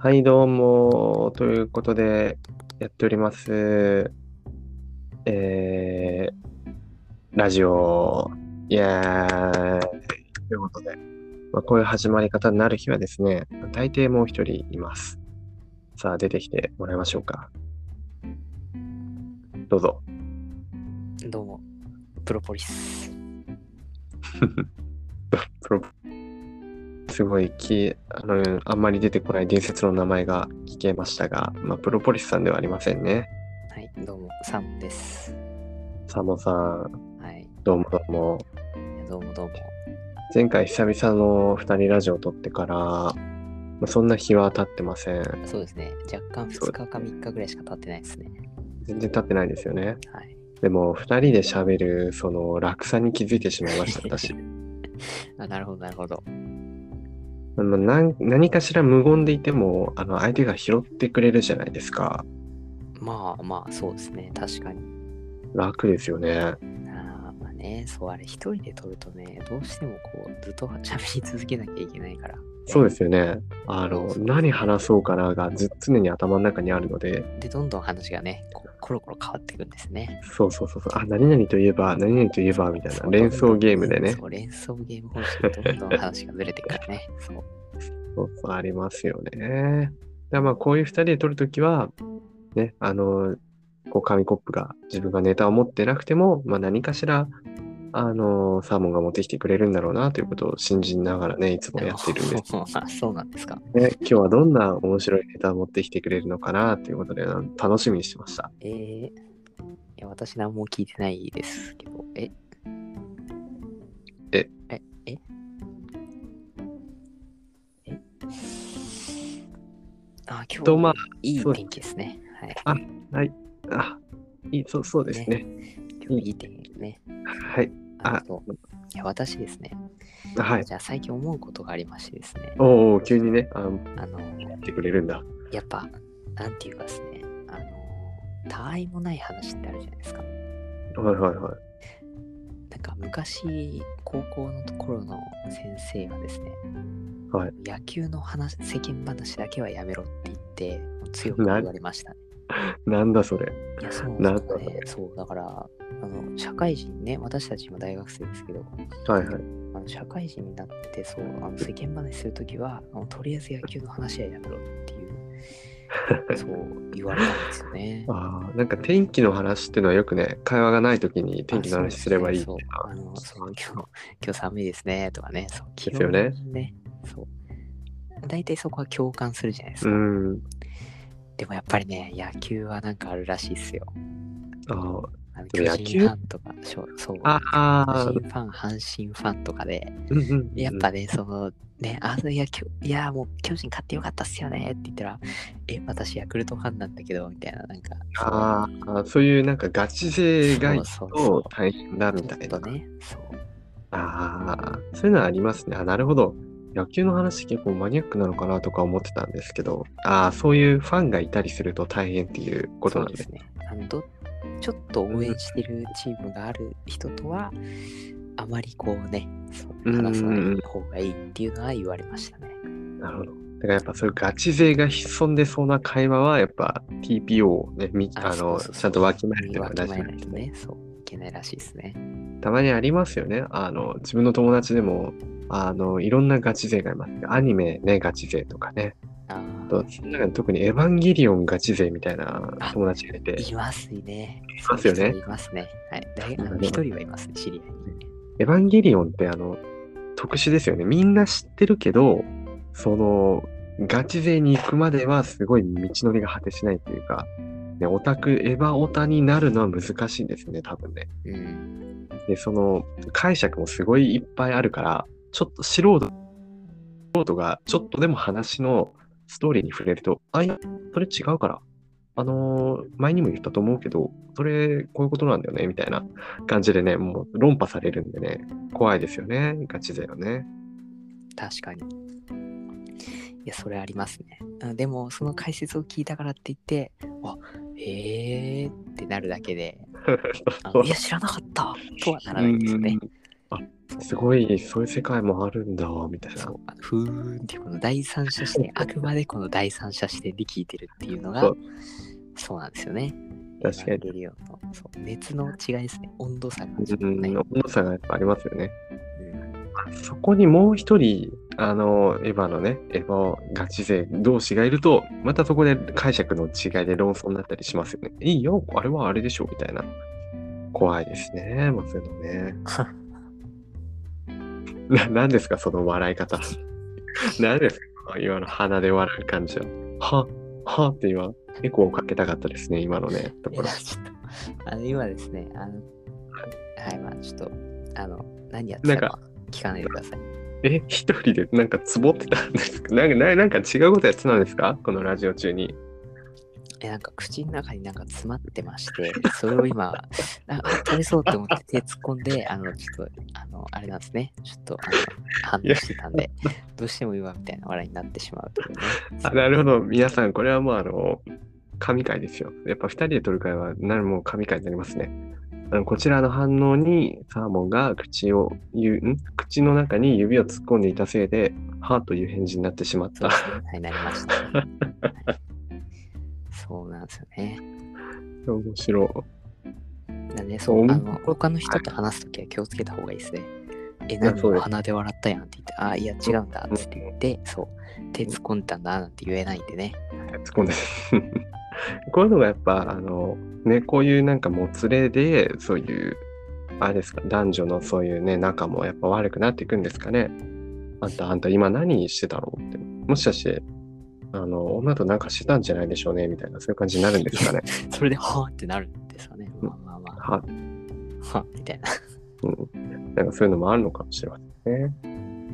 はい、どうも。ということで、やっております。えー、ラジオ、イエーイ。ということで、こういう始まり方になる日はですね、大抵もう一人います。さあ、出てきてもらいましょうか。どうぞ。 どうも、プロポリス。 プロすごいあんまり出てこない伝説の名前が聞けましたが、プロポリスさんではありませんね。 はい、どうも、サムです。 サモさん、 はい、 どうもどうも。 どうもどうも。 前回久々の2人ラジオを撮ってから、そんな日は経ってません。 そうですね、若干2日か3日ぐらいしか経ってないですね。 全然経ってないですよね。 はい。 でも、2人で喋る、その落差に気づいてしまいました、私。 なるほど、なるほど。 何かしら無言でいても、相手が拾ってくれるじゃないですか。 まあ、そうですね、確かに。 楽ですよね。 まあね、そう、あれ一人で撮るとね、どうしてもずっと喋り続けなきゃいけないから。 そうですよね。 そう何話そうかなが常に頭の中にあるので。 で、どんどん話がね、コロコロ変わっていくんですね。 そう。何々といえば、何々といえば、みたいな連想ゲームでね。 そう、連想ゲーム方式でどんどん話がずれていくからね。 そう、ありますよね。こういう2人で撮るときは、ね、紙コップが自分がネタを持ってなくても、何かしら、サーモンが持ってきてくれるんだろうなということを信じながらね、いつもやってるんです。 そうなんですか。 ね、今日はどんな面白いネタを持ってきてくれるのかなということで、楽しみにしてました。 いや、私何も聞いてないですけど、今日、いい天気ですね。はい。 はい。そうですね。 今日いい天気ね。 はい。 いや、私ですね。 はい。 じゃあ最近思うことがありましてですね。 急にね、言ってくれるんだ。 やっぱ、なんていうかですね、たわいもない話ってあるじゃないですか。 はい。 なんか昔、高校の頃の先生がですね、 はい。 野球の世間話だけはやめろって言って、強く言われましたね。 なんだそれ。 いや、そうなんですね。そう、だから、社会人ね、私たち今大学生ですけど、 はい。 社会人になって、そう、世間話するときは、とりあえず野球の話はやめろっていう、そう言われたんですよね。 なんか天気の話っていうのはよくね、会話がないときに天気の話すればいいっていうのは。今日寒いですねとかね、そう、 ですよね。 そう。大体そこは共感するじゃないですか。でもやっぱりね、野球はなんかあるらしいっすよ。巨人ファンとか、そう、巨人ファン、阪神ファンとかで、やっぱね、野球、いや、もう巨人勝ってよかったっすよねって言ったら、私ヤクルトファンなんだけど、みたいな、なんか。 そういうなんかガチ勢がいるそうと大変だみたいな。 ね、そう。 そういうのはありますね。なるほど。野球の話結構マニアックなのかなとか思ってたんですけど、そういうファンがいたりすると大変っていうことなんですね。ちょっと応援してるチームがある人とは、あまり話さない方がいいっていうのは言われましたね。 なるほど。だからやっぱそういうガチ勢が潜んでそうな会話はやっぱ TPO をね、ちゃんとわきまえるっていうのが大事なんですね。 そう、いけないらしいですね。 たまにありますよね。自分の友達でも、いろんなガチ勢がいます。アニメね、ガチ勢とかね。その中で特にエヴァンゲリオンガチ勢みたいな友達がいて。 いますね。 いますよね。 いますね。はい。一人はいますね、知り合いに。 エヴァンゲリオンって特殊ですよね。みんな知ってるけど、ガチ勢に行くまではすごい道のりが果てしないというか、ね、エヴァオタになるのは難しいんですね、多分ね。で、解釈もすごいいっぱいあるから、ちょっと素人がちょっとでも話のストーリーに触れると、いや、それ違うから。前にも言ったと思うけど、それ、こういうことなんだよね、みたいな感じでね、もう論破されるんでね、怖いですよね、ガチ勢はね。 確かに。いや、それありますね。でも、その解説を聞いたからって言って、ってなるだけで、いや、知らなかったとはならないんですよね。 すごい、そういう世界もあるんだ、みたいな。 そう、ふーんっていうこの第三者視点、あくまでこの第三者視点で聞いてるっていうのが、そうなんですよね。 確かに。 そう熱の違いですね。温度差が、 ね。温度差がやっぱありますよね。そこにもう一人、エヴァのね、エヴァガチ勢同士がいると、またそこで解釈の違いで論争になったりしますよね。いいよ、あれはあれでしょ、みたいな。怖いですね、もうそういうのね。何ですか、その笑い方。何ですか、今の鼻で笑う感じは。はって今、エコーをかけたかったですね、今のね、ところ。 ちょっと、今ですね、はい、まあちょっと、何やってたか聞かないでください。 一人でなんかつぼってたんですか？なんか違うことやってたんですか？このラジオ中に。 なんか口の中になんか詰まってまして、それを今、取れそうって思って手突っ込んで、ちょっと、あれなんですね。ちょっと、反応してたんで、どうしても今みたいな笑いになってしまうというね。 なるほど。皆さん、これはもう神回ですよ。やっぱ二人で撮る回は、もう神回になりますね。こちらの反応にサーモンが口の中に指を突っ込んでいたせいで、はぁという返事になってしまった。 はい、なりました、ね。そうなんですよね。 面白い。なんで、そう、他の人と話すときは気をつけた方がいいですね。何も鼻で笑ったやんって言って、いや、違うんだって言って、そう、手突っ込んだんだなんて言えないんでね。 突っ込んでこういうのがやっぱ、こういうなんかもつれで、そういう、あれですか、男女のそういうね、仲もやっぱ悪くなっていくんですかね。あんた今何してたのって。もしかして、女となんかしてたんじゃないでしょうね、みたいな、そういう感じになるんですかね。 それで、はぁってなるんですかね。まあ。はみたいな。 なんかそういうのもあるのかもしれませんね。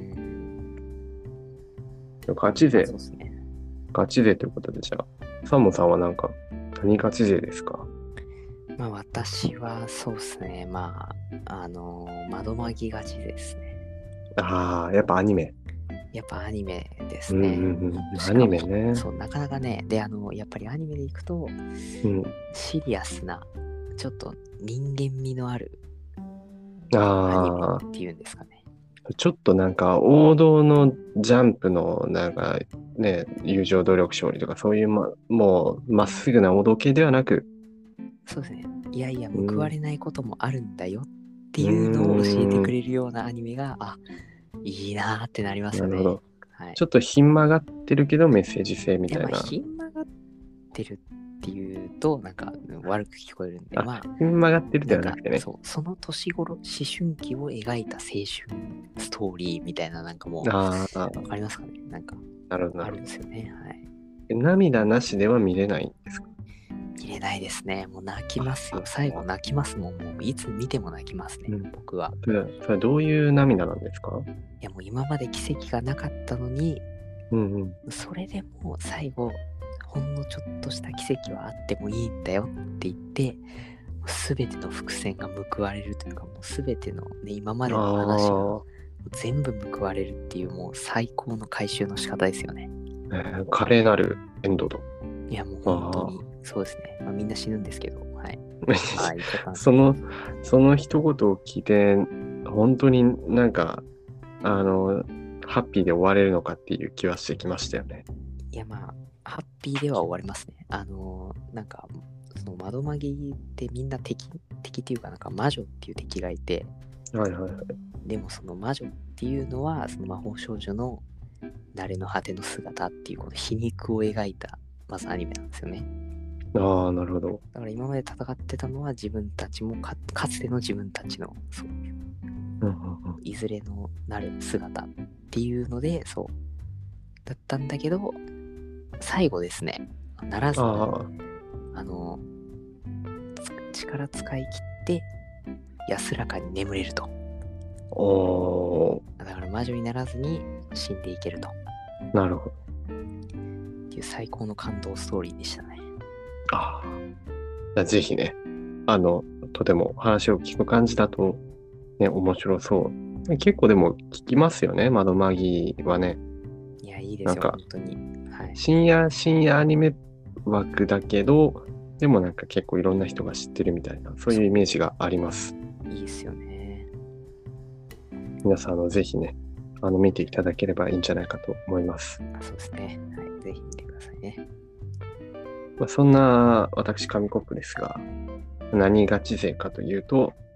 ガチ勢。そうですね。ガチ勢ということで、じゃあ、サンモさんはなんか、何ガチ勢ですか？ まあ私はそうですね。まあ、窓マギガチ勢ですね。 やっぱアニメ。 やっぱアニメですね。 アニメね。 そう、なかなかね、で、やっぱりアニメでいくと、シリアスな、ちょっと人間味のあるアニメっていうんですかね。 ちょっとなんか王道のジャンプのなんかね、友情努力勝利とかそういうもうまっすぐな王道系ではなく。 そうですね。いやいや、報われないこともあるんだよっていうのを教えてくれるようなアニメが、いいなーってなりますね。なるほど。はい、 ちょっとひん曲がってるけどメッセージ性みたいな。 ひん曲がってるっていうとなんか悪く聞こえるんで、 ひん曲がってるではなくてね。 その年頃、思春期を描いた青春ストーリーみたいななんかもう、わかりますかね？なんかあるんですよね。はい。 涙なしでは見れないんですか？ 見れないですね。もう泣きますよ。最後泣きますもん。もういつ見ても泣きますね、僕は。 それはどういう涙なんですか？ いやもう今まで奇跡がなかったのに、それでも最後、ほんのちょっとした奇跡はあってもいいんだよって言って、すべての伏線が報われるというか、もうすべての、ね、今までの話が全部報われるっていう、もう最高の回収の仕方ですよね。 華麗なるエンドと。 いやもう本当にそうですね。みんな死ぬんですけど、はい。 その一言を聞いて、本当になんか、ハッピーで終われるのかっていう気はしてきましたよね。 いやハッピーでは終わりますね。なんか、その窓マギってみんな敵っていうかなんか魔女っていう敵がいて、でもその魔女っていうのはその魔法少女の慣れの果ての姿っていうこの皮肉を描いたまずアニメなんですよね。 なるほど。 だから今まで戦ってたのは自分たちもかつての自分たちのそういう、いずれのなる姿っていうのでそうだったんだけど、最後ですね、ならず力使い切って安らかに眠れると。だから魔女にならずに死んでいけると。 なるほど。 っていう最高の感動ストーリーでしたね。 ぜひね、とても話を聞く感じだとね、面白そう。結構でも聞きますよね、窓マギはね。 いや、いいですよ、本当に。はい、 深夜アニメ枠だけど、でもなんか結構いろんな人が知ってるみたいな、そういうイメージがあります。 いいですよね。 皆さん、ぜひね、見ていただければいいんじゃないかと思います。 そうですね。はい。ぜひ見てくださいね。 そんな私、紙コップですが、何ガチ勢かというと、